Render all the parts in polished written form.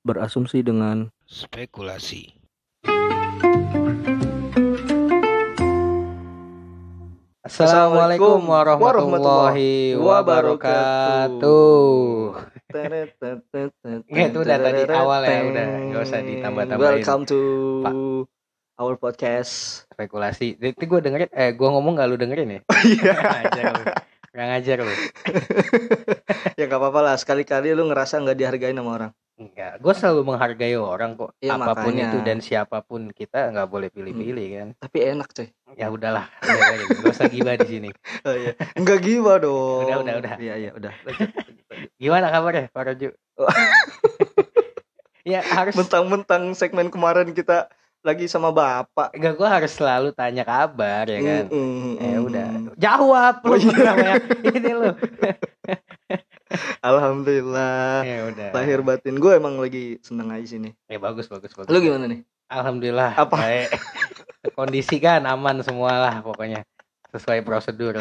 berasumsi dengan spekulasi. Assalamualaikum warahmatullahi wabarakatuh. Itu udah tadi awal ya, udah nggak usah ditambah-tambahin. Welcome to Pak. our podcast Spekulasi. Itu gue dengerin, gue ngomong nggak lu dengerin ya? Iya. Kurang ajar lu. Ya nggak apa-apa lah, sekali-kali lu ngerasa nggak dihargain sama orang. Enggak, gue selalu menghargai orang kok. Ya, apapun makanya. itu dan siapapun, kita nggak boleh pilih-pilih kan. Tapi enak coy. Ya udahlah, gak usah gibah di sini. Oh iya. Enggak gibah dong. Udah. Iya, udah. Lanjut. Gimana kabarnya Pak Roju? Oh. Ya harus. Mentang-mentang segmen kemarin kita lagi sama bapak. Enggak, gue harus selalu tanya kabar ya kan. Ya udah. Jawab lu. Oh, iya. Namanya ini lu. Alhamdulillah. Ya udah. Lahir batin gue emang lagi seneng aja sini. Ya bagus. Lu gimana nih? Alhamdulillah. Apa? Baik. Kondisi kan aman semua lah pokoknya. Sesuai prosedur.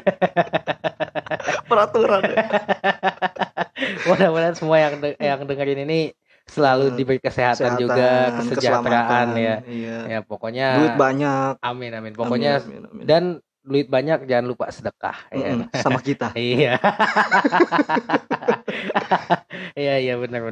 Peraturan. Mudah-mudahan semua yang dengerin ini selalu diberi kesehatan juga, kesejahteraan ya. Iya. Ya pokoknya Duit banyak. Amin. Pokoknya amin. Dan duit banyak jangan lupa sedekah ya. Sama kita. Iya. Iya benar.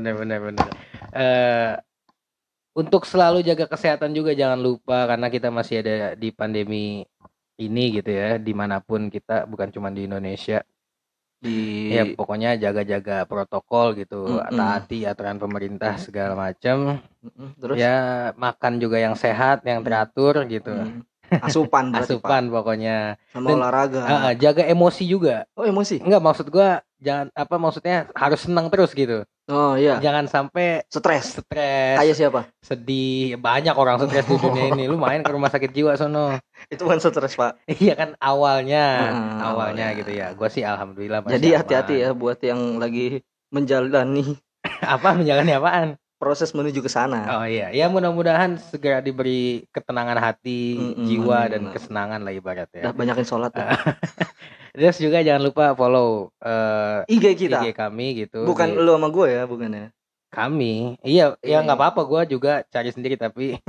Untuk selalu jaga kesehatan juga jangan lupa, karena kita masih ada di pandemi ini gitu ya, dimanapun kita, bukan cuma di Indonesia. Ya pokoknya jaga-jaga protokol gitu, taati aturan pemerintah segala macam. Terus ya makan juga yang sehat, yang teratur gitu. Asupan pokoknya. Sama olahraga. Jaga emosi juga. Oh, emosi? Enggak, maksud gua maksudnya harus senang terus gitu. Oh iya. Jangan sampai stres. Kayak siapa? Sedih. Banyak orang stres di dunia ini. Lu main ke rumah sakit jiwa sono. Itu kan stres, Pak. Iya kan awalnya gitu ya. Gua sih alhamdulillah masih Jadi aman. hati-hati ya buat yang lagi menjalani menjalani apaan? Proses menuju ke sana. Oh iya. Ya mudah-mudahan segera diberi ketenangan hati, jiwa dan kesenangan lah ibaratnya. Banyakin sholat ya. Terus juga jangan lupa follow IG kita. IG kami gitu. Bukan lu sama gue ya, bukan ya? Kami. Iya, ya nggak apa-apa, gue juga cari sendiri tapi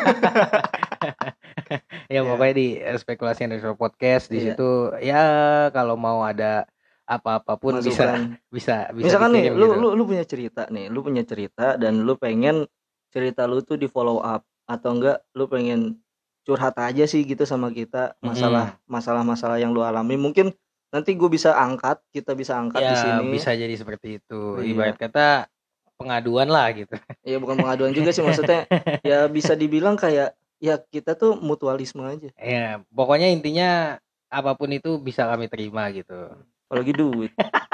ya pokoknya di spekulasi underscore podcast di situ ya, kalau mau ada apa-apapun bisa. Misalkan nih, gitu. lu punya cerita nih, lu punya cerita dan lu pengen cerita lu tuh di follow up, atau enggak lu pengen curhat aja sih gitu sama kita masalah yang lu alami, mungkin nanti kita bisa angkat ya, di sini. Bisa jadi seperti itu. Ibarat kata pengaduan lah gitu. Iya, bukan pengaduan juga sih, maksudnya ya bisa dibilang kayak ya kita tuh mutualisme aja. Ya, pokoknya intinya apapun itu bisa kami terima gitu. Apalagi duit.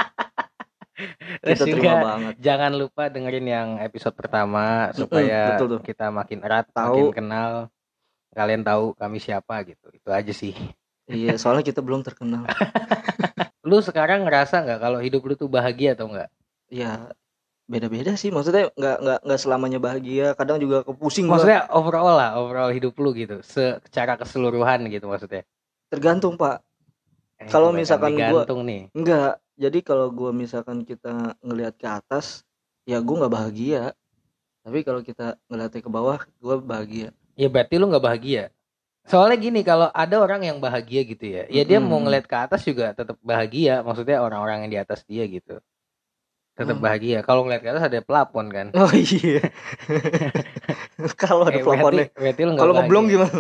Terus Kita juga terima banget. Jangan lupa dengerin yang episode pertama supaya kita makin erat, makin kenal. Kalian tahu kami siapa gitu. Itu aja sih. Iya, soalnya kita belum terkenal. Lu sekarang ngerasa nggak kalau hidup lu tuh bahagia atau enggak? Ya beda-beda sih, maksudnya nggak selamanya bahagia, kadang juga kepusing. Maksudnya overall hidup lu gitu, secara keseluruhan gitu maksudnya. Tergantung, Pak. Kalau misalkan enggak, jadi kalau gue misalkan kita ngelihat ke atas, ya gue nggak bahagia. Tapi kalau kita ngeliatnya ke bawah, gue bahagia. Ya berarti lu nggak bahagia. Soalnya gini, kalau ada orang yang bahagia gitu ya, ya dia mau ngeliat ke atas juga tetap bahagia. Maksudnya orang-orang yang di atas dia gitu tetap bahagia. Kalau ngeliat ke atas ada pelapon kan. Oh iya. Kalau ada pelaponnya. Kalau ngeblong gimana?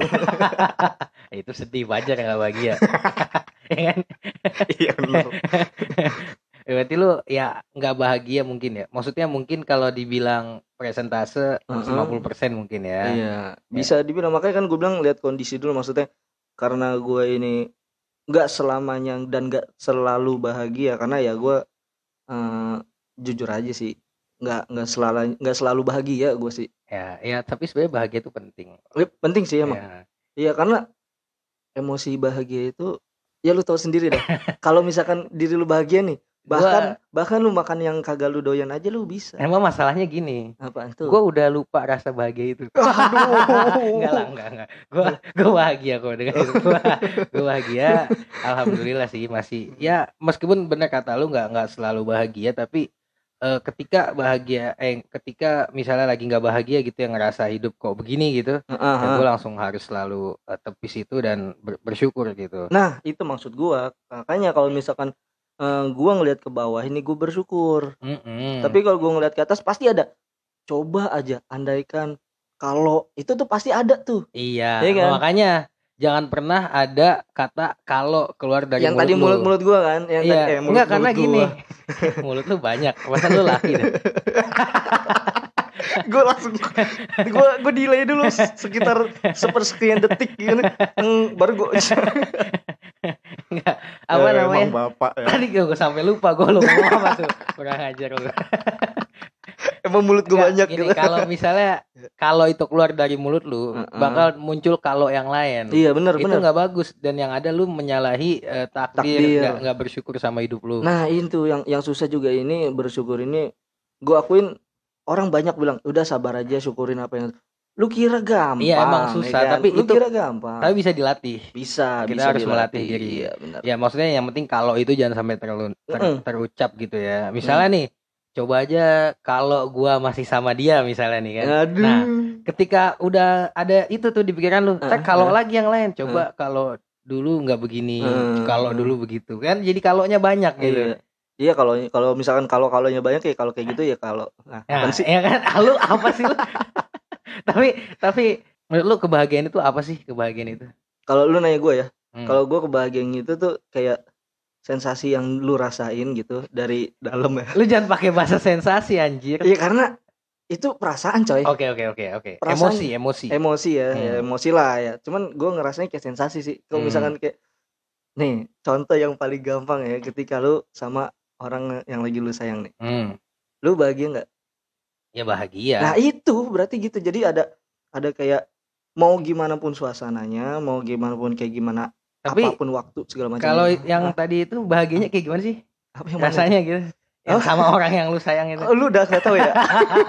Itu sedih, wajar nggak bahagia. Ya kan? Iya benar. Berarti lu ya nggak bahagia mungkin ya. Maksudnya mungkin kalau dibilang persentase 50% mungkin ya. Iya, bisa dibilang. Makanya kan gue bilang lihat kondisi dulu, maksudnya karena gue ini nggak selamanya dan nggak selalu bahagia, karena ya gue jujur aja sih nggak selalu bahagia gue sih. Ya tapi sebenarnya bahagia itu penting. Penting sih emang. Iya, karena emosi bahagia itu ya lu tahu sendiri dah. Kalau misalkan diri lu bahagia nih, bahkan lu makan yang kagak lu doyan aja lu bisa. Emang masalahnya gini. Apaan tuh? Gue udah lupa rasa bahagia itu. Aduh. Enggak. Gue bahagia kok dengan itu. Gue bahagia. Alhamdulillah sih masih. Ya meskipun benar kata lu nggak selalu bahagia, tapi ketika misalnya lagi nggak bahagia gitu, yang ngerasa hidup kok begini gitu, ya gue langsung harus selalu tepis itu dan bersyukur gitu. Nah itu maksud gue, makanya kalau misalkan gue ngelihat ke bawah ini gue bersyukur. Tapi kalau gue ngelihat ke atas pasti ada, coba aja andaikan kalau itu tuh pasti ada tuh. Iya, ya kan? Makanya jangan pernah ada kata kalau keluar dari yang mulut tadi lu. mulut gue kan, yang Iya, tadi, enggak karena gini, mulut lu banyak, masa lu laki deh. gue langsung gue delay dulu sekitar sepersekian detik gitu, baru gue enggak apa namanya, bapak ya. Tadi gue sampai lupa gue ngomong apa tuh, kurang ajar lu. Emang mulut gue banyak gini, gitu. Kalau misalnya kalau itu keluar dari mulut lu, bakal muncul kalau yang lain. Iya benar. Itu nggak bagus, dan yang ada lu menyalahi takdir. Nggak bersyukur sama hidup lu. Nah itu yang susah juga ini, bersyukur ini. Gue akuin orang banyak bilang udah sabar aja, syukurin apa yang lu kira gampang. Iya emang susah, ya kan? Tapi lu kira gampang. Tapi bisa dilatih. Kita harus melatih diri. Iya benar. Ya maksudnya yang penting kalau itu jangan sampai terucap gitu ya. Misalnya nih, coba aja kalau gua masih sama dia misalnya nih kan. Aduh. Nah, ketika udah ada itu tuh di pikiran lu, kalau lagi yang lain, coba kalau dulu nggak begini, kalau dulu begitu kan, jadi kalonya banyak gitu. Iya kalau misalkan kalonya banyak kayak kalau kayak gitu ya kalau. Nah, sih? Ya kan, lu apa sih lu? tapi menurut lu kebahagiaan itu apa sih, kebahagiaan itu? Kalau lu nanya gue ya, kalau gue kebahagiaan itu tuh kayak sensasi yang lu rasain gitu dari dalam ya. Lu jangan pakai bahasa sensasi anjir. Iya karena itu perasaan coy. Oke. Emosi ya, ya emosi lah ya. Cuman gue ngerasain kayak sensasi sih. Kalau misalkan kayak nih contoh yang paling gampang ya, ketika lu sama orang yang lagi lu sayang nih, lu bahagia nggak? Ya bahagia. Nah itu berarti gitu. Jadi ada kayak mau gimana pun suasananya, mau gimana pun kayak gimana, tapi apapun waktu segala macam. Kalau yang tadi itu bahagianya kayak gimana sih? Apa yang rasanya gitu? Yang sama orang yang lu sayang itu. Lu udah gak tahu ya?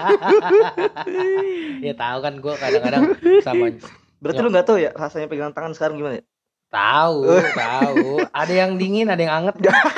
Ya tahu kan, gue kadang-kadang sama. Berarti lu nggak tahu ya rasanya pegang tangan sekarang gimana ya? Tahu. Ada yang dingin, ada yang anget.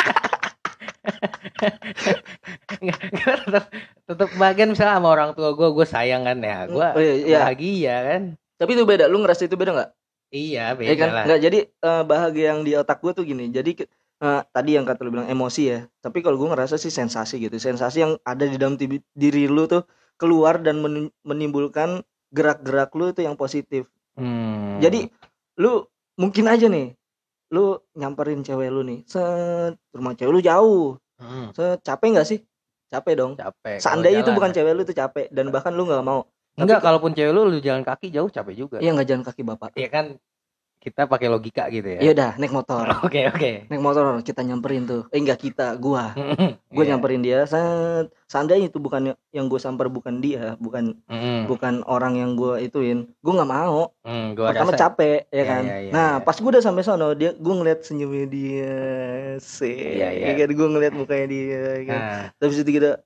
tetap bagian misalnya sama orang tua gue sayang kan ya, gue bahagia kan. Tapi itu beda, lu ngerasa itu beda nggak? Iya beda kan? Lah. Nggak, jadi bahagia yang di otak gue tuh gini. Jadi tadi yang kata lu bilang emosi ya, tapi kalau gue ngerasa sih sensasi gitu, sensasi yang ada di dalam diri lu tuh keluar dan menimbulkan gerak-gerak lu itu yang positif. Jadi lu mungkin aja nih, lu nyamperin cewek lu nih, rumah cewek lu jauh, capek nggak sih? Capek dong. Capek. Seandainya itu bukan cewek lu itu capek, dan bahkan lu nggak mau. Enggak, kalaupun cewek lu jalan kaki jauh capek juga. Iya nggak jalan kaki bapak. Iya kan, kita pakai logika gitu ya. Iya udah naik motor. Oke. Naik motor kita nyamperin tuh. Enggak kita, gua nyamperin dia. Seandainya itu bukan yang gue samper, bukan dia, bukan orang yang gue ituin, gue nggak mau. Pertama capek ya kan. Nah pas gue udah sampai sono, gue ngeliat senyumnya dia sih. Kan gue ngeliat mukanya dia kan. Terus itu kita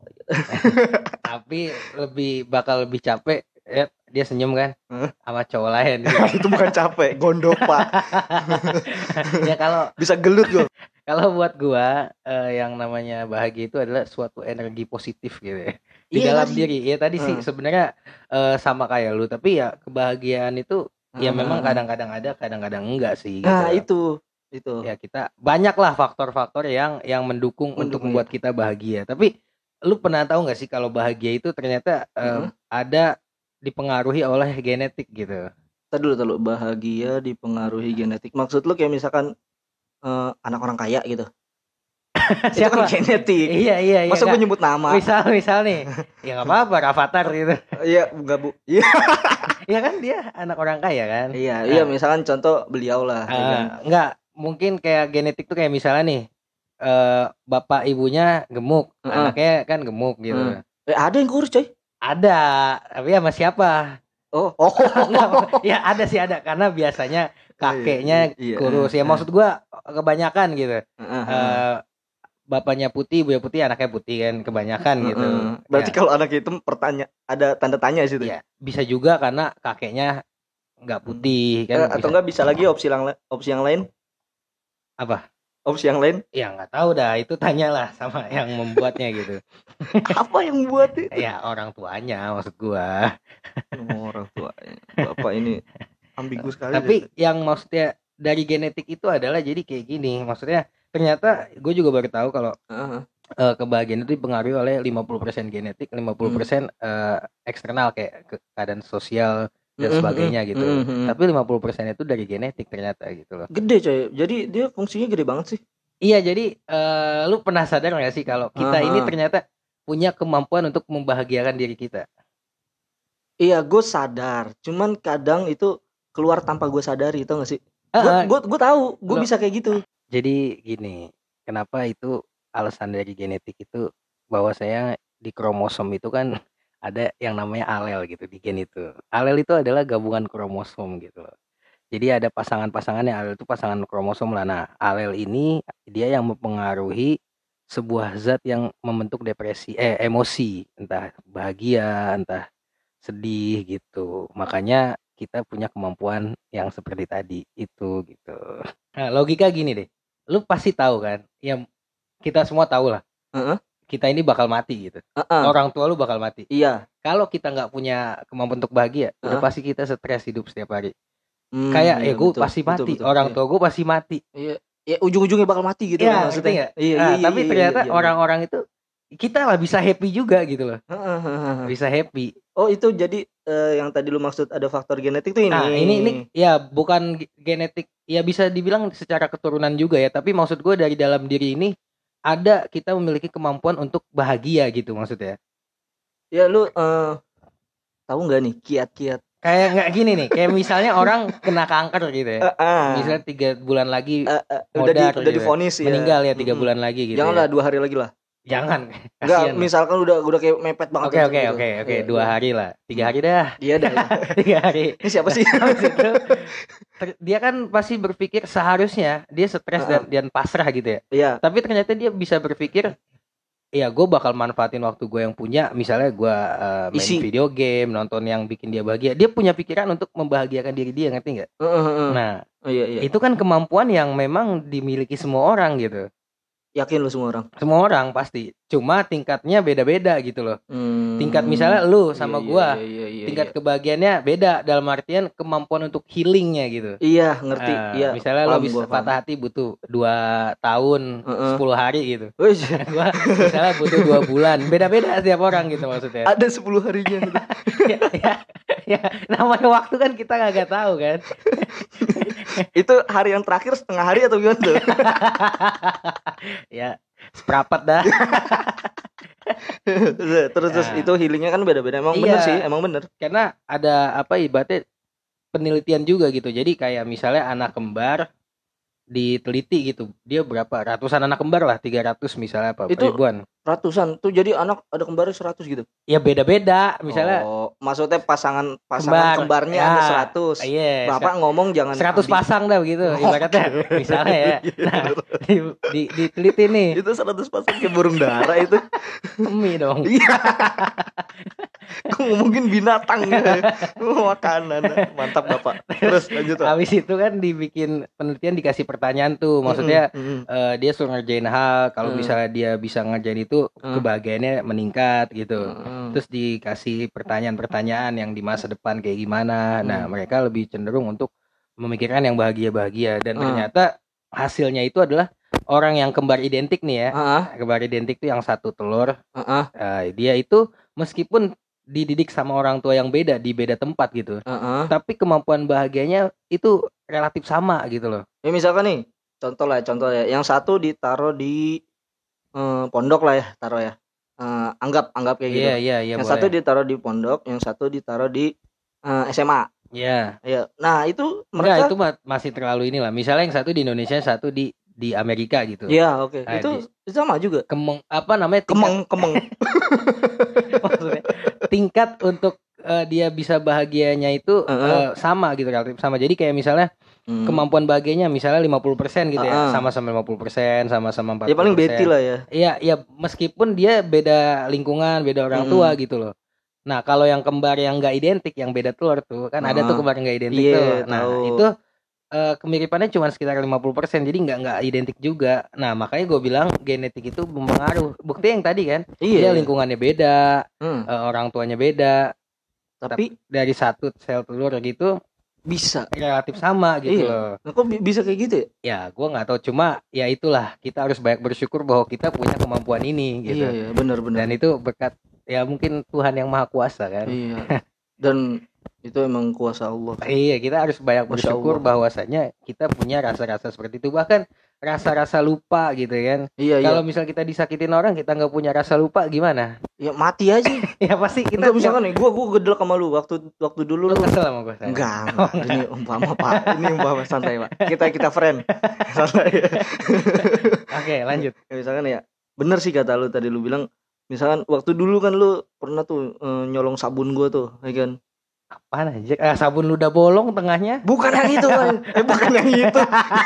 tapi bakal lebih capek ya, dia senyum kan sama cowok lain. Itu bukan capek, gondok pak. Ya kalau bisa gelut gue. Kalau buat gua yang namanya bahagia itu adalah suatu energi positif gitu ya di dalam diri. Ya tadi sih sebenarnya sama kayak lu, tapi ya kebahagiaan itu ya memang kadang-kadang ada, kadang-kadang enggak sih gitu. Nah itu ya kita banyaklah faktor-faktor yang mendukung untuk membuat kita bahagia. Tapi lu pernah tahu nggak sih kalau bahagia itu ternyata ada dipengaruhi oleh genetik gitu? Tadi dulu bahagia dipengaruhi genetik. Maksud lu kayak misalkan anak orang kaya gitu? Siapa? Itu kan genetik. Iya. Masa gue nyebut nama? Misal nih, ya nggak apa-apa, Rafathar gitu. Iya, enggak bu. Iya. Iya kan dia anak orang kaya kan? Iya. Misalkan contoh beliau lah. Enggak, mungkin kayak genetik tuh kayak misalnya nih, bapak ibunya gemuk, anaknya kan gemuk gitu. Ada yang kurus coy? Ada, tapi sama siapa? Oh. Ya ada sih, ada, karena biasanya kakeknya kurus. Ya maksud gua kebanyakan gitu. Bapaknya putih, ibunya putih, anaknya putih kan kebanyakan gitu. Berarti kalau anak itu ada tanda tanya sih tuh. Ya, bisa juga karena kakeknya nggak putih kan. Atau nggak bisa lagi opsi yang lain? Apa? opsi yang lain? Ya nggak tahu dah, itu tanyalah sama yang membuatnya gitu. Apa yang buat itu? Ya orang tuanya maksud gua. Orang tua bapak ini ambigu sekali. Tapi yang maksudnya dari genetik itu adalah jadi kayak gini, maksudnya ternyata gue juga baru tahu kalau kebahagiaan itu dipengaruhi oleh 50% genetik, 50% eksternal kayak keadaan sosial dan sebagainya gitu. Tapi 50% itu dari genetik ternyata gitu loh. Gede coy. Jadi dia fungsinya gede banget sih. Iya, jadi lu pernah sadar gak sih kalau kita ini ternyata punya kemampuan untuk membahagiakan diri kita? Iya, gue sadar. Cuman kadang itu keluar tanpa gue sadari, tau gak sih? Gue tahu, gue bisa kayak gitu. Jadi gini, kenapa itu alasan dari genetik itu bahwa saya di kromosom itu kan ada yang namanya alel gitu di gen itu. Alel itu adalah gabungan kromosom gitu loh. Jadi ada pasangan-pasangan yang alel itu pasangan kromosom lah. Nah, alel ini dia yang mempengaruhi sebuah zat yang membentuk emosi, entah bahagia, entah sedih gitu. Makanya kita punya kemampuan yang seperti tadi itu gitu. Nah, logika gini deh. Lu pasti tahu kan? Ya kita semua tahu lah. Kita ini bakal mati gitu. Orang tua lu bakal mati. Iya. Kalau kita nggak punya kemampuan untuk bahagia, udah pasti kita stres hidup setiap hari. Kayak iya, gue pasti mati. Betul, orang tua gue pasti mati. Iya. Ya ujung-ujungnya bakal mati gitu ya, maksudnya. Iya, tapi ternyata orang-orang itu kita lah bisa happy juga gitu loh. Bisa happy. Oh itu jadi yang tadi lu maksud ada faktor genetik tuh ini. Nah ini ya bukan genetik, ya bisa dibilang secara keturunan juga ya. Tapi maksud gue dari dalam diri ini ada kita memiliki kemampuan untuk bahagia gitu maksudnya. Ya lu tahu nggak nih kiat-kiat? Kayak nggak gini nih, kayak misalnya orang kena kanker gitu ya. Misalnya 3 bulan lagi udah divonis ya. Meninggal ya 3 bulan lagi gitu. Janganlah 2 hari lagi lah. Jangan. Enggak, misalkan udah kayak mepet banget. Oke, 2 hari lah. 3 hari dah. Iya dah. 3 hari. Ini siapa sih? Dia kan pasti berpikir seharusnya dia stres dan pasrah gitu ya. Iya. Tapi ternyata dia bisa berpikir, ya gue bakal manfaatin waktu gue yang punya. Misalnya gue main video game, nonton yang bikin dia bahagia. Dia punya pikiran untuk membahagiakan diri dia, ngerti nggak? Nah, itu kan kemampuan yang memang dimiliki semua orang gitu. Yakin lu semua orang? Semua orang pasti. Cuma tingkatnya beda-beda gitu loh. Tingkat misalnya lu sama gua, tingkat kebahagiaannya beda dalam artian kemampuan untuk healingnya gitu. Iya, ngerti. Iya. Misalnya lu bisa patah hati butuh 2 tahun, 10 hari gitu. Gua misalnya butuh 2 bulan. Beda-beda setiap orang gitu maksudnya. Ada 10 harinya gitu. ya, namanya waktu kan kita gak tahu kan. Itu hari yang terakhir setengah hari atau gimana tuh? Ya, seperempat dah. terus itu healingnya kan beda-beda. Emang bener sih, emang bener. Karena ada ibaratnya penelitian juga gitu. Jadi kayak misalnya anak kembar diteliti gitu, dia berapa ratusan anak kembar lah, 300 misalnya apa itu ribuan. Ratusan tuh, jadi anak ada kembarnya 100 gitu. Ya beda-beda misalnya. Maksudnya pasangan kembarnya ada 100. Bapak ngomong jangan 100 pasang dah begitu ibaratnya. Misalnya ya. Nah, diteliti nih. Itu 100 pasang kayak burung dara itu. Mie dong. Gue ngomongin binatang gitu. Makanan. Mantap Bapak. Terus lanjut. Habis itu kan dibikin penelitian, dikasih pertanyaan tuh. Maksudnya dia suruh ngerjain hal, kalau misalnya dia bisa ngerjain itu kebahagiaannya meningkat gitu. Terus dikasih pertanyaan-pertanyaan yang di masa depan kayak gimana. Nah, mereka lebih cenderung untuk memikirkan yang bahagia-bahagia. Dan ternyata hasilnya itu adalah orang yang kembar identik nih ya. Kembar identik tuh yang satu telur. Dia itu meskipun dididik sama orang tua yang beda di beda tempat gitu, tapi kemampuan bahagianya itu relatif sama gitu loh. Ya misalkan nih, contoh ya, yang satu ditaruh di pondok lah ya, taruh ya. Anggap kayak gitu. Iya, yang boleh. Satu ditaruh di pondok, yang satu ditaruh di SMA. Iya. Nah, itu mereka itu masih terlalu inilah. Misalnya yang satu di Indonesia, satu di Amerika gitu. Iya, oke. Nah, itu sama juga. Kemeng. Maksudnya tingkat untuk dia bisa bahagianya itu sama gitu, relatif sama. Jadi kayak misalnya kemampuan bahagianya misalnya 50% gitu ya, sama-sama 50%, sama-sama 40%. Ya paling beti lah ya. Iya, meskipun dia beda lingkungan, beda orang tua gitu loh. Nah, kalau yang kembar yang enggak identik, yang beda telur tuh, kan ada tuh kembar yang enggak identik tuh. Nah, itu kemiripannya cuma sekitar 50%, jadi nggak identik juga. Nah makanya gue bilang genetik itu mempengaruhi. Bukti yang tadi kan, dia Iya. lingkungannya beda, orang tuanya beda, Tapi dari satu sel telur gitu bisa. relatif sama gitu Iya. loh. Nah, kok bisa kayak gitu ya? Ya gue nggak tahu, cuma ya itulah, kita harus banyak bersyukur bahwa kita punya kemampuan ini gitu. Iya, benar-benar. Dan itu berkat ya mungkin Tuhan yang Maha Kuasa kan. Iya. Dan itu emang kuasa Allah. Iya, kita harus banyak Masya bersyukur Allah. bahwasanya kita punya rasa-rasa seperti itu, bahkan rasa-rasa lupa gitu kan. Iya, Kalau iya. misal kita disakitin orang, kita nggak punya rasa lupa gimana? Ya mati aja. Ya pasti kita Enggak, misalkan nih gua gedel sama lu waktu dulu lu lu. kesel sama gue. Enggak. Ini umpama Pak. Ini umpama santai, Pak. Kita friend. Santai. Oke, lanjut. Ya, misalkan ya, bener sih kata lu tadi, lu bilang misalkan waktu dulu kan lu pernah tuh nyolong sabun gua tuh, ya kan? Apaan aja? Sabun lu udah bolong tengahnya? Bukan yang itu, kan? Bukan yang itu.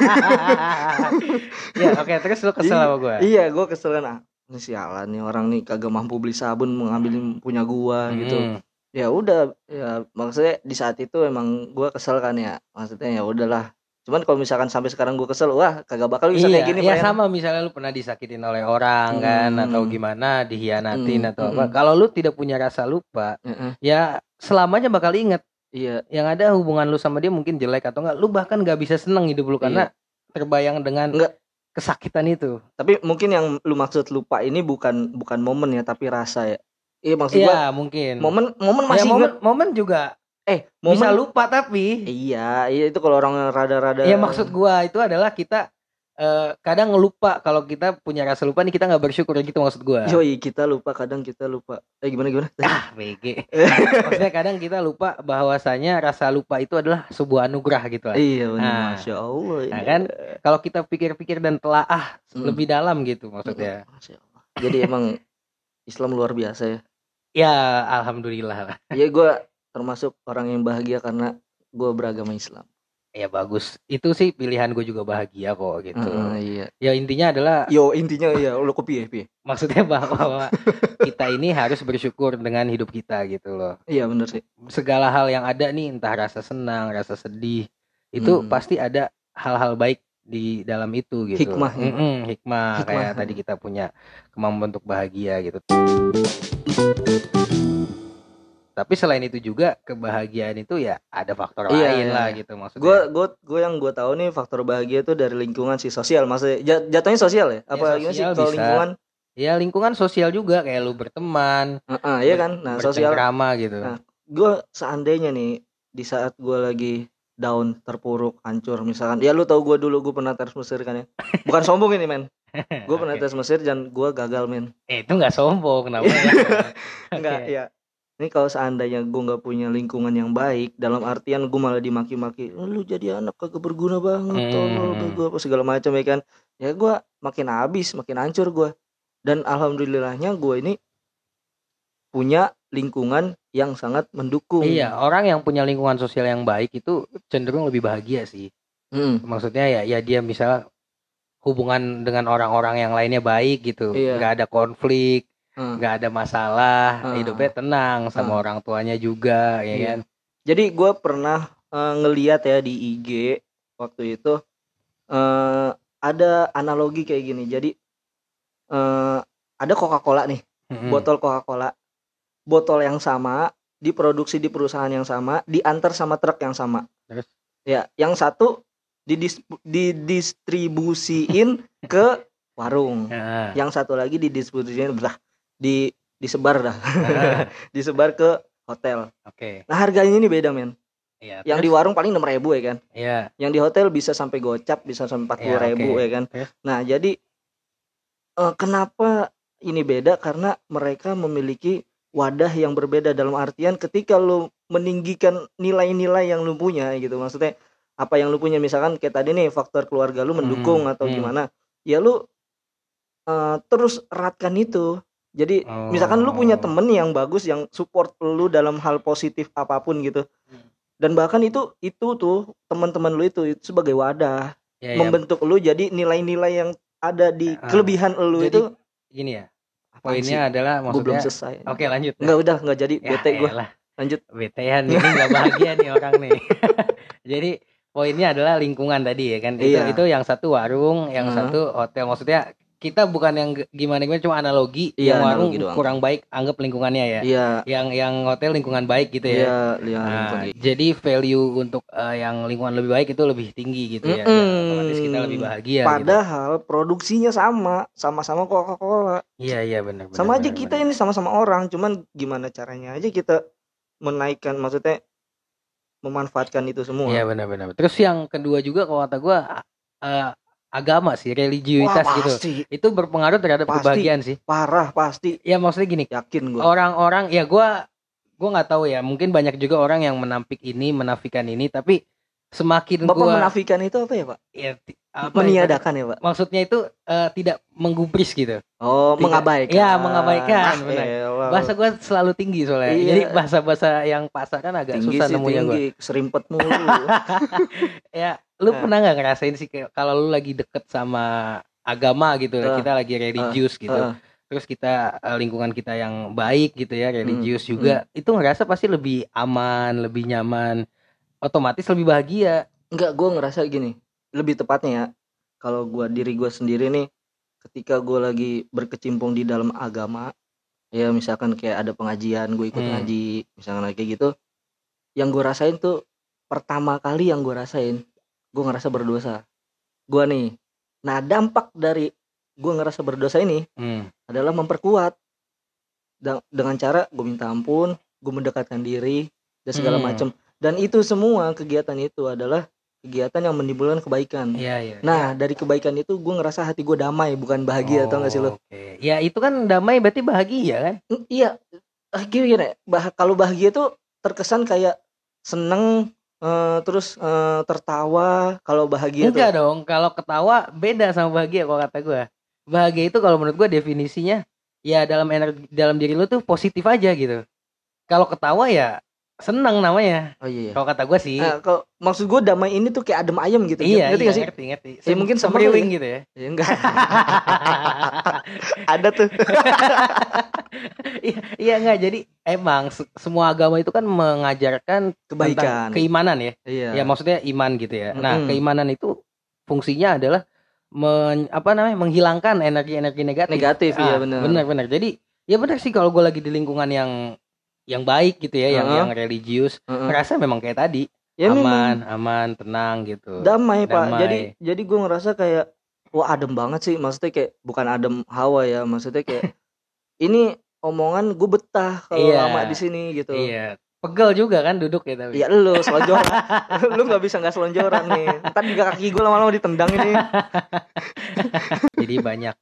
Ya, oke, terus lu kesel sama gue. Iya, gua kesel kan. Ini sialan nih orang nih, kagak mampu beli sabun mengambil punya gua gitu. Ya udah, ya maksudnya di saat itu emang gua kesel kan ya. Maksudnya ya udahlah. Cuman kalau misalkan sampai sekarang gua kesel, wah kagak bakal bisa kayak gini, ya friend. sama misalnya lu pernah disakitin oleh orang kan, atau gimana, dihianatin atau apa. Mm. Kalau lu tidak punya rasa lupa, ya selamanya bakal inget. Iya. Yang ada hubungan lu sama dia mungkin jelek atau enggak, lu bahkan gak bisa seneng hidup lu karena terbayang dengan kesakitan itu. Tapi mungkin yang lu maksud lupa ini bukan momen ya, tapi rasa ya. Iya, maksud Iya, gua mungkin. Momen masih inget. Momen juga momen bisa lupa tapi. Iya itu kalau orang rada-rada. Iya, maksud gua itu adalah kita kadang ngelupa, kalau kita punya rasa lupa nih, kita nggak bersyukur gitu maksud gua. Yoi, kita lupa, kadang kita lupa. Gimana? BG. Maksudnya kadang kita lupa bahwasanya rasa lupa itu adalah sebuah anugerah gitu lah. Iya benar, Masya Allah. Nah kan kalau kita pikir-pikir dan telaah lebih dalam gitu maksudnya. Masya Allah. Jadi emang Islam luar biasa ya. Ya alhamdulillah lah. Iya, gue termasuk orang yang bahagia karena gue beragama Islam. Ya bagus, itu sih pilihan gue juga bahagia kok gitu. Iya. Ya intinya adalah. Intinya lo kopi ya. Maksudnya bahwa kita ini harus bersyukur dengan hidup kita gitu loh. Iya benar sih. Segala hal yang ada nih, entah rasa senang, rasa sedih, itu pasti ada hal-hal baik di dalam itu gitu. Hikmah kayak tadi kita punya kemampuan untuk bahagia gitu. Tapi selain itu juga kebahagiaan itu ya ada faktor lain lah gitu maksudnya. Gue yang gue tahu nih faktor bahagia itu dari lingkungan sih, sosial, maksudnya jatuhnya sosial ya? Apa gimana sih kalau lingkungan? Ya lingkungan sosial juga, kayak lu berteman. Iya kan? Nah, sosial drama gitu. Nah, gue seandainya nih di saat gue lagi down, terpuruk, hancur misalkan. Ya lu tahu gue dulu gue pernah tes Mesir kan ya. Bukan sombong ini, men. Gue pernah tes Mesir dan gue gagal, men. Itu enggak sombong namanya. Enggak, ya. Ini kalau seandainya gue nggak punya lingkungan yang baik, dalam artian gue malah dimaki-maki, lu jadi anak kagak berguna banget, tolol, bego apa segala macam ya kan, ya gue makin habis, makin hancur gue. Dan alhamdulillahnya gue ini punya lingkungan yang sangat mendukung. Iya, orang yang punya lingkungan sosial yang baik itu cenderung lebih bahagia sih. Maksudnya ya dia misal hubungan dengan orang-orang yang lainnya baik gitu, nggak ada konflik. Nggak ada masalah, hidupnya tenang, sama orang tuanya juga, ya kan. Jadi gue pernah ngeliat ya di IG waktu itu ada analogi kayak gini. Jadi ada Coca-Cola nih, botol Coca-Cola, botol yang sama, diproduksi di perusahaan yang sama, diantar sama truk yang sama. Terus? Ya, yang satu didistribusiin ke warung, yang satu lagi didistribusiin disebar dah. Disebar ke hotel. Oke. Nah, harganya ini beda, men. Iya, yang di warung paling 6.000 ya kan. Iya. Yang di hotel bisa sampai gocap, bisa sampai 40.000 ya kan. Nah, jadi kenapa ini beda? Karena mereka memiliki wadah yang berbeda, dalam artian ketika lu meninggikan nilai-nilai yang lu punya gitu. Maksudnya apa yang lu punya, misalkan kayak tadi nih faktor keluarga lu mendukung atau gimana. Ya lu terus eratkan itu. Jadi misalkan lu punya temen yang bagus, yang support lu dalam hal positif apapun gitu, dan bahkan itu tuh teman-teman lu itu sebagai wadah membentuk lu jadi nilai-nilai yang ada di kelebihan lu. Jadi, itu gini ya, poinnya adalah maksudnya belum selesai. Oke, lanjut. Enggak jadi bete gue. Lanjut. Betean ini nggak bahagia nih orang nih. Jadi poinnya adalah lingkungan tadi ya kan. Iya. Itu yang satu warung, yang Heeh. satu hotel. Maksudnya kita bukan yang gimana cuma analogi. Iya, Yang warung analogi doang. kurang baik, anggap lingkungannya ya. Iya. Yang hotel lingkungan baik gitu ya. Iya, Nah, lingkungan. jadi value untuk yang lingkungan lebih baik itu lebih tinggi gitu ya. Dan otomatis kita lebih bahagia. Padahal produksinya sama-sama Coca-Cola. Iya benar. Sama aja kita ini sama-sama orang, cuman gimana caranya aja kita menaikkan, maksudnya memanfaatkan itu semua. Iya benar. Terus yang kedua juga kalau kata gue agama sih, religiusitas gitu. Itu berpengaruh terhadap kebahagiaan sih. Parah pasti. Ya maksudnya gini. Yakin gue. Orang-orang ya gue nggak tahu ya. Mungkin banyak juga orang yang menafikan ini, tapi semakin Bapak menafikan itu apa ya Pak? Ya, meniadakan ya Pak. Maksudnya itu tidak menggubris gitu. Oh, mengabaikan. Ya mengabaikan. Benar. Bahasa gue selalu tinggi soalnya. Iya. Jadi bahasa yang pasar kan agak tinggi susah sih, nemunya gue. Serimpet mulu. Ya, lu pernah nggak ngerasain sih kalau lu lagi deket sama agama gitu, kita lagi religius gitu. Terus kita lingkungan kita yang baik gitu ya, religius juga, itu ngerasa pasti lebih aman, lebih nyaman, otomatis lebih bahagia. Enggak, gue ngerasa gini, lebih tepatnya ya, kalau diri gue sendiri nih, ketika gue lagi berkecimpung di dalam agama, ya misalkan kayak ada pengajian, gue ikut ngaji, misalkan kayak gitu, yang gue rasain tuh pertama kali yang gue rasain, gue ngerasa berdosa. Gue nih, nah dampak dari gue ngerasa berdosa ini adalah memperkuat dengan cara gue minta ampun, gue mendekatkan diri dan segala macam. Dan itu semua kegiatan itu adalah kegiatan yang menimbulkan kebaikan. Iya. Nah, dari kebaikan itu gue ngerasa hati gue damai, bukan bahagia, tau gak sih lo? Okay. Ya itu kan damai berarti bahagia kan? Iya. Gimana? Kalau bahagia itu terkesan kayak seneng, terus tertawa. Kalau bahagia enggak dong. Kalau ketawa beda sama bahagia kalau kata gue. Bahagia itu kalau menurut gue definisinya ya dalam diri lo tuh positif aja gitu. Kalau ketawa ya seneng namanya. Oh iya. Kalau kata gue sih. Kalau maksud gue damai ini tuh kayak adem ayem gitu. Iya, ngerti. Ya mungkin sama ya? Gitu ya. Ya enggak. Ada tuh. Iya enggak. Jadi emang semua agama itu kan mengajarkan kebaikan, keimanan ya. Iya. Ya maksudnya iman gitu ya. Nah, keimanan itu fungsinya adalah menghilangkan energi-energi negatif. Iya benar. Benar. Jadi ya benar sih kalau gue lagi di lingkungan yang baik gitu ya, yang religius, ngerasa memang kayak tadi, ya, aman, tenang gitu. Damai, Pak. Jadi gue ngerasa kayak wah adem banget sih, maksudnya kayak bukan adem hawa ya, maksudnya kayak ini omongan gue betah kalau lama di sini gitu. Iya. Pegel juga kan duduk ya tapi. Iya lu selonjoran. Lu nggak bisa nggak selonjoran nih. Ntar juga kaki gue lama-lama ditendang ini. Jadi banyak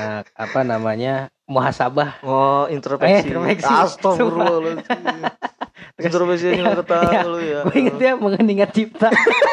muhasabah. Oh, introspeksi. Astagfirullah. Introspeksi yang kata lu ya. Gue ingetnya mengingat cipta.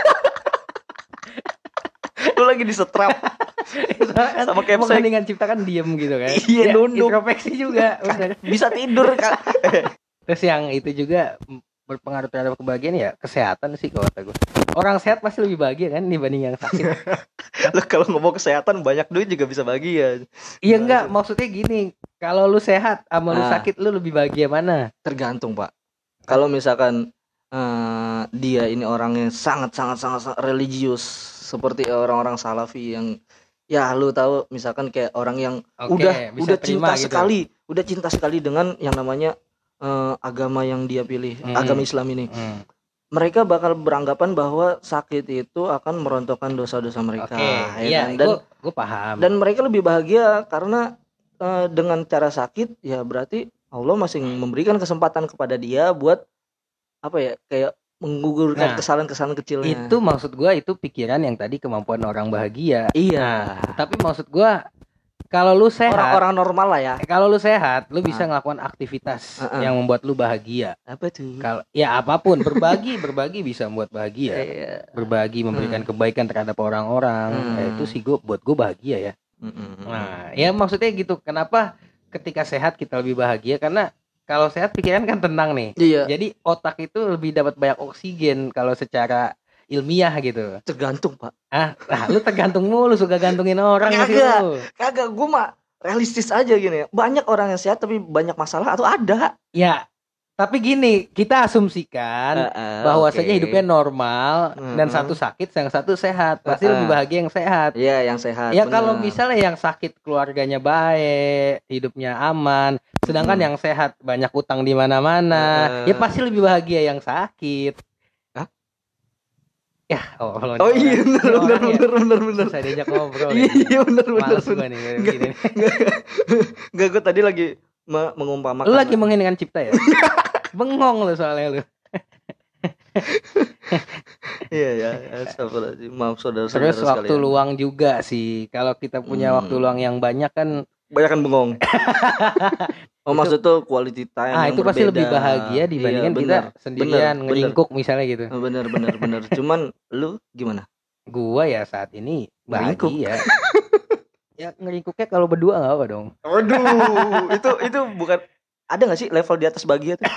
Lu lagi disetrap. Sama kayak mengingat cipta kan diem gitu kan. Iya, nunduk. Introspeksi juga. Bisa tidur kan. Terus yang itu juga berpengaruh terhadap kebahagiaan ya kesehatan sih kalau kata gue. Orang sehat pasti lebih bahagia kan dibanding yang sakit. Lo kalau ngomong kesehatan banyak duit juga bisa bahagia. Iya enggak, maksudnya gini, kalau lu sehat sama lu sakit lu lebih bahagia mana? Tergantung, Pak. Kalau misalkan dia ini orangnya sangat religius seperti orang-orang salafi yang ya lu tahu misalkan kayak orang yang udah cinta gitu. udah cinta sekali dengan yang namanya agama yang dia pilih, agama Islam ini. Mereka bakal beranggapan bahwa sakit itu akan merontokkan dosa-dosa mereka. Iya, dan gue paham. Dan mereka lebih bahagia karena dengan cara sakit ya berarti Allah masih memberikan kesempatan kepada dia buat apa ya, kayak menggugurkan kesalahan-kesalahan kecilnya. Itu maksud gue, itu pikiran yang tadi kemampuan orang bahagia. Iya. Tapi maksud gue kalau lu sehat, orang-orang normal lah ya. Kalau lu sehat, lu bisa ngelakuin aktivitas yang membuat lu bahagia. Apa tuh? Kalau ya apapun, berbagi bisa membuat bahagia. Berbagi, memberikan kebaikan terhadap orang-orang. Itu sih buat gue bahagia ya. Nah, ya maksudnya gitu. Kenapa ketika sehat kita lebih bahagia? Karena kalau sehat pikiran kan tenang nih. Iya. Jadi otak itu lebih dapat banyak oksigen kalau secara ilmiah gitu. Tergantung, Pak. Lu tergantung mulu, suka gantungin orang. Kagak, gue mah realistis aja gini. Banyak orang yang sehat tapi banyak masalah atau ada. Ya, Tapi gini, kita asumsikan bahwasanya oke. hidupnya normal dan satu sakit, yang satu sehat. Pasti lebih bahagia yang sehat. Iya, yang sehat. Ya bener. kalau misalnya yang sakit keluarganya baik, hidupnya aman, sedangkan yang sehat banyak utang di mana-mana, ya pasti lebih bahagia yang sakit. Hah? Ya, Oh iya, bener. Susah diajak ngobrol. Iya, bener. Males gua nih kayak gini. Enggak, gue tadi lagi mengumpamakan. Lu lagi menghinakan Cipta ya? Bengong lu soalnya lu. Iya ya, astagfirullahaladzim. Maaf saudara-saudara Terus sekalian. waktu luang juga sih. Kalau kita punya waktu luang yang banyak kan, banyak kan bengong. Oh, maksud tuh quality time yang itu pasti berbeda. lebih bahagia dibandingkan kita sendirian ngeringkuk misalnya gitu. Bener. Cuman lu gimana? Gua ya saat ini bahagia. Ya ngeringkuknya kalau berdua nggak apa dong. Waduh, itu bukan, ada nggak sih level di atas bahagia tuh?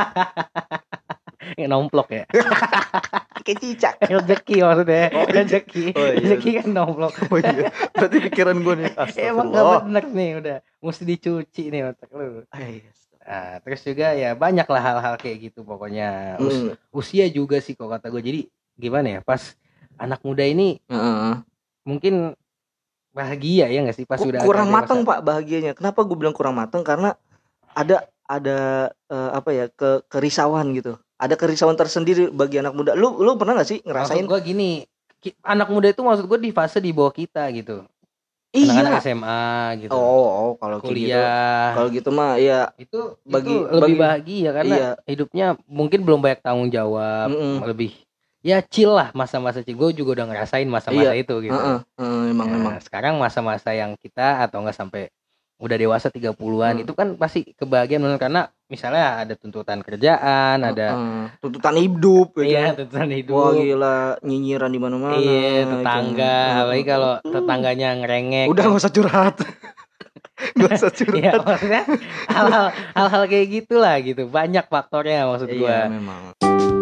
Nomplok ya. Kayak cicak. Rezeki maksudnya. Rezeki. Oh, iya. Rezeki kan nomplok. Oh iya. Berarti pikiran gue nih. Emang nggak bener nih, udah mesti dicuci nih otak lu. Nah, terus juga ya banyak lah hal-hal kayak gitu pokoknya. Usia juga sih kok kata gue. Jadi gimana ya, pas anak muda ini mungkin bahagia ya nggak sih pas sudah kurang matang Pak bahagianya. Kenapa gue bilang kurang matang? Karena ada apa ya, kerisauan gitu. Ada kerisauan tersendiri bagi anak muda. Lu pernah nggak sih ngerasain? Maksud gue gini, anak muda itu maksud gue di fase di bawah kita gitu. Iya. Anak-anak SMA gitu. Oh kalau kuliah. Kalau gitu mah ya itu lebih bahagia karena hidupnya mungkin belum banyak tanggung jawab, lebih ya chill lah masa-masa chill. Gue juga udah ngerasain masa-masa itu gitu. Emang. Sekarang masa-masa yang kita atau enggak sampai udah dewasa 30-an itu kan pasti kebahagiaan karena misalnya ada tuntutan kerjaan, ada tuntutan hidup ya. Iya, tuntutan hidup. Wah gila, nyinyiran di mana-mana. Iya, tetangga, apalagi kalau tetangganya ngerengek. Udah enggak usah curhat. Enggak usah curhat. Iya, maksudnya hal-hal kayak gitulah gitu. Banyak faktornya maksud gua. Iya, memang.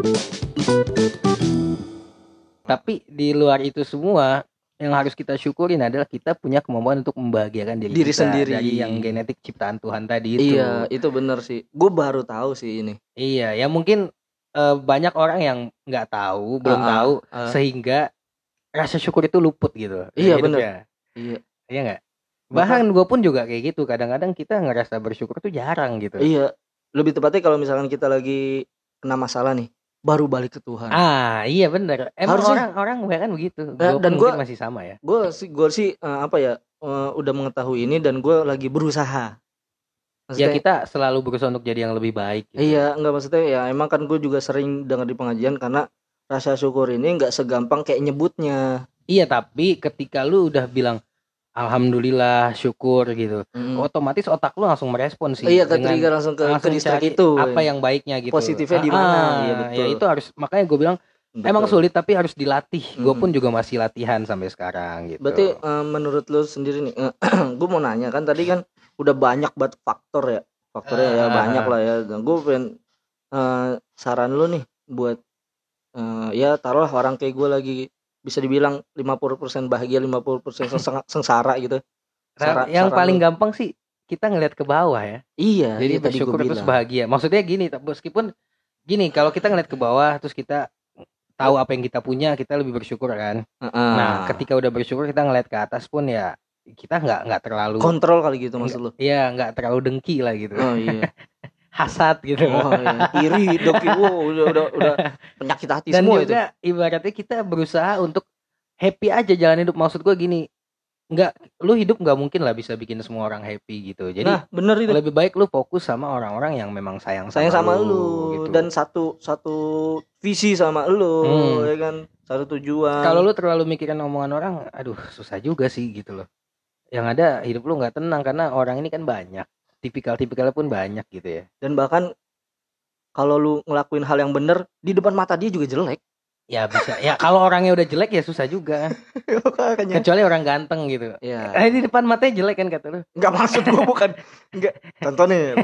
Tapi di luar itu semua yang harus kita syukurin adalah kita punya kemampuan untuk membahagiakan diri kita sendiri dari yang genetik ciptaan Tuhan tadi itu. Iya, itu benar sih. Gue baru tahu sih ini. Iya, ya mungkin banyak orang yang nggak tahu, belum tahu, sehingga rasa syukur itu luput gitu. Iya benar. Iya nggak? Bahkan gue pun juga kayak gitu. Kadang-kadang kita ngerasa bersyukur tuh jarang gitu. Iya. Lebih tepatnya kalau misalkan kita lagi kena masalah nih, baru balik ke Tuhan. Iya benar. Emang orang kan begitu. Dan gue masih sama ya. Gue sih udah mengetahui ini dan gue lagi berusaha. Maksudnya, ya kita selalu berusaha untuk jadi yang lebih baik. Gitu. Iya, enggak maksudnya ya emang kan gue juga sering dengar di pengajian karena rasa syukur ini nggak segampang kayak nyebutnya. Iya, tapi ketika lu udah bilang alhamdulillah, syukur gitu, otomatis otak lu langsung merespon sih. Iya, ke-trigger langsung ke distrik itu. Apa yang baiknya gitu. Positifnya di mana? Iya betul. Ya itu harus, makanya gue bilang emang sulit tapi harus dilatih. Gue pun juga masih latihan sampai sekarang gitu. Berarti menurut lu sendiri nih, gue mau nanya kan tadi kan udah banyak banget faktornya ya banyak lah ya. Dan gue pengen saran lu nih buat ya taruhlah orang kayak gue lagi bisa dibilang 50% bahagia, 50% sengsara gitu. Yang paling gampang sih kita ngeliat ke bawah ya. Iya. Jadi bersyukur terus bahagia. Maksudnya gini, meskipun gini, kalau kita ngeliat ke bawah terus kita tahu apa yang kita punya, kita lebih bersyukur kan. Nah, ketika udah bersyukur kita ngeliat ke atas pun ya kita nggak terlalu kontrol kali gitu maksud lu. Iya, nggak terlalu dengki lah gitu. Oh iya. Hasad gitu. Oh iya. Iri, dengki, udah penyakit hati dan semua itu. Dan juga ibaratnya kita berusaha untuk happy aja jalan hidup. Maksud gue gini, lu hidup nggak mungkin lah bisa bikin semua orang happy gitu. Jadi bener itu. Lebih baik lu fokus sama orang-orang yang memang sayang sama lu gitu. Dan satu visi sama lu, ya kan, satu tujuan. Kalau lu terlalu mikirin omongan orang, aduh susah juga sih gitu loh. Yang ada hidup lu nggak tenang karena orang ini kan banyak, tipikal-tipikalnya pun banyak gitu ya. Dan bahkan kalau lu ngelakuin hal yang bener di depan mata dia juga jelek. Ya bisa. Ya kalau orangnya udah jelek ya susah juga. Kecuali orang ganteng gitu. Ya. Di depan matanya jelek kan kata lu. Enggak, maksud gua bukan. Enggak. Contoh nih,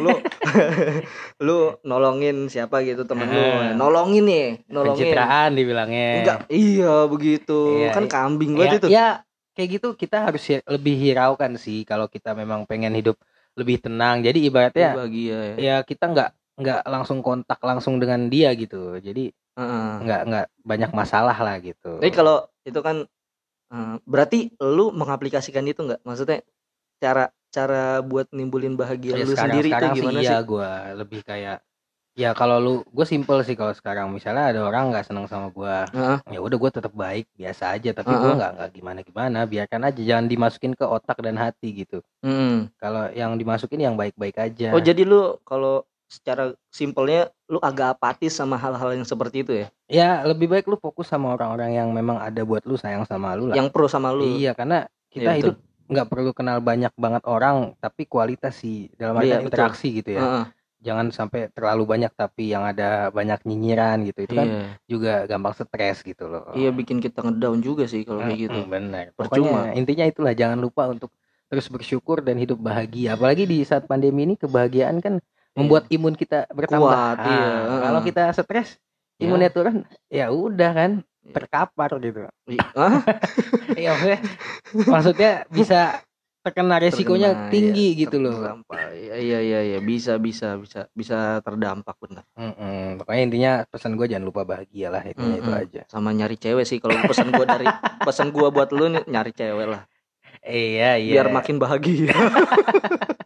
lu nolongin siapa gitu temen lu. Nolongin. Pencitraan dibilangnya. Enggak. Iya begitu. Iya, kan kambing banget itu. Ya kayak gitu kita harus lebih hiraukan sih kalau kita memang pengen hidup lebih tenang. Jadi ibaratnya bahagia ya kita nggak langsung kontak langsung dengan dia gitu. Jadi nggak banyak masalah lah gitu. Jadi kalau itu kan berarti lu mengaplikasikan itu nggak? Maksudnya cara buat nimbulin bahagia lu sendiri itu gimana sih? sih? Iya, gue lebih kayak ya kalau gue simple sih kalau sekarang misalnya ada orang nggak senang sama gue, ya udah gue tetap baik biasa aja, tapi gue nggak gimana, biarkan aja, jangan dimasukin ke otak dan hati gitu. Kalau yang dimasukin yang baik-baik aja. Oh jadi lu kalau secara simpelnya lu agak apatis sama hal-hal yang seperti itu ya? Ya lebih baik lu fokus sama orang-orang yang memang ada buat lu, sayang sama lu lah. Yang pro sama lu. Iya, karena kita hidup nggak perlu kenal banyak banget orang, tapi kualitas sih dalam artian interaksi gitu ya. Jangan sampai terlalu banyak tapi yang ada banyak nyinyiran gitu, itu kan juga gampang stres gitu loh. Iya, bikin kita ngedown juga sih kalau kayak gitu. Benar. Pokoknya intinya itulah, jangan lupa untuk terus bersyukur dan hidup bahagia. Apalagi di saat pandemi ini kebahagiaan kan membuat imun kita bertambah. Kuat, Kalau kita stres, imunnya turun, ya udah kan terkapar gitu. Iya, maksudnya bisa terkena resikonya tinggi gitu loh. Iya, bisa terdampak, benar. Pokoknya intinya pesan gue jangan lupa bahagia lah, itu aja. Sama nyari cewek sih kalau pesan gue buat lu nih, nyari cewek lah. Iya. Biar makin bahagia.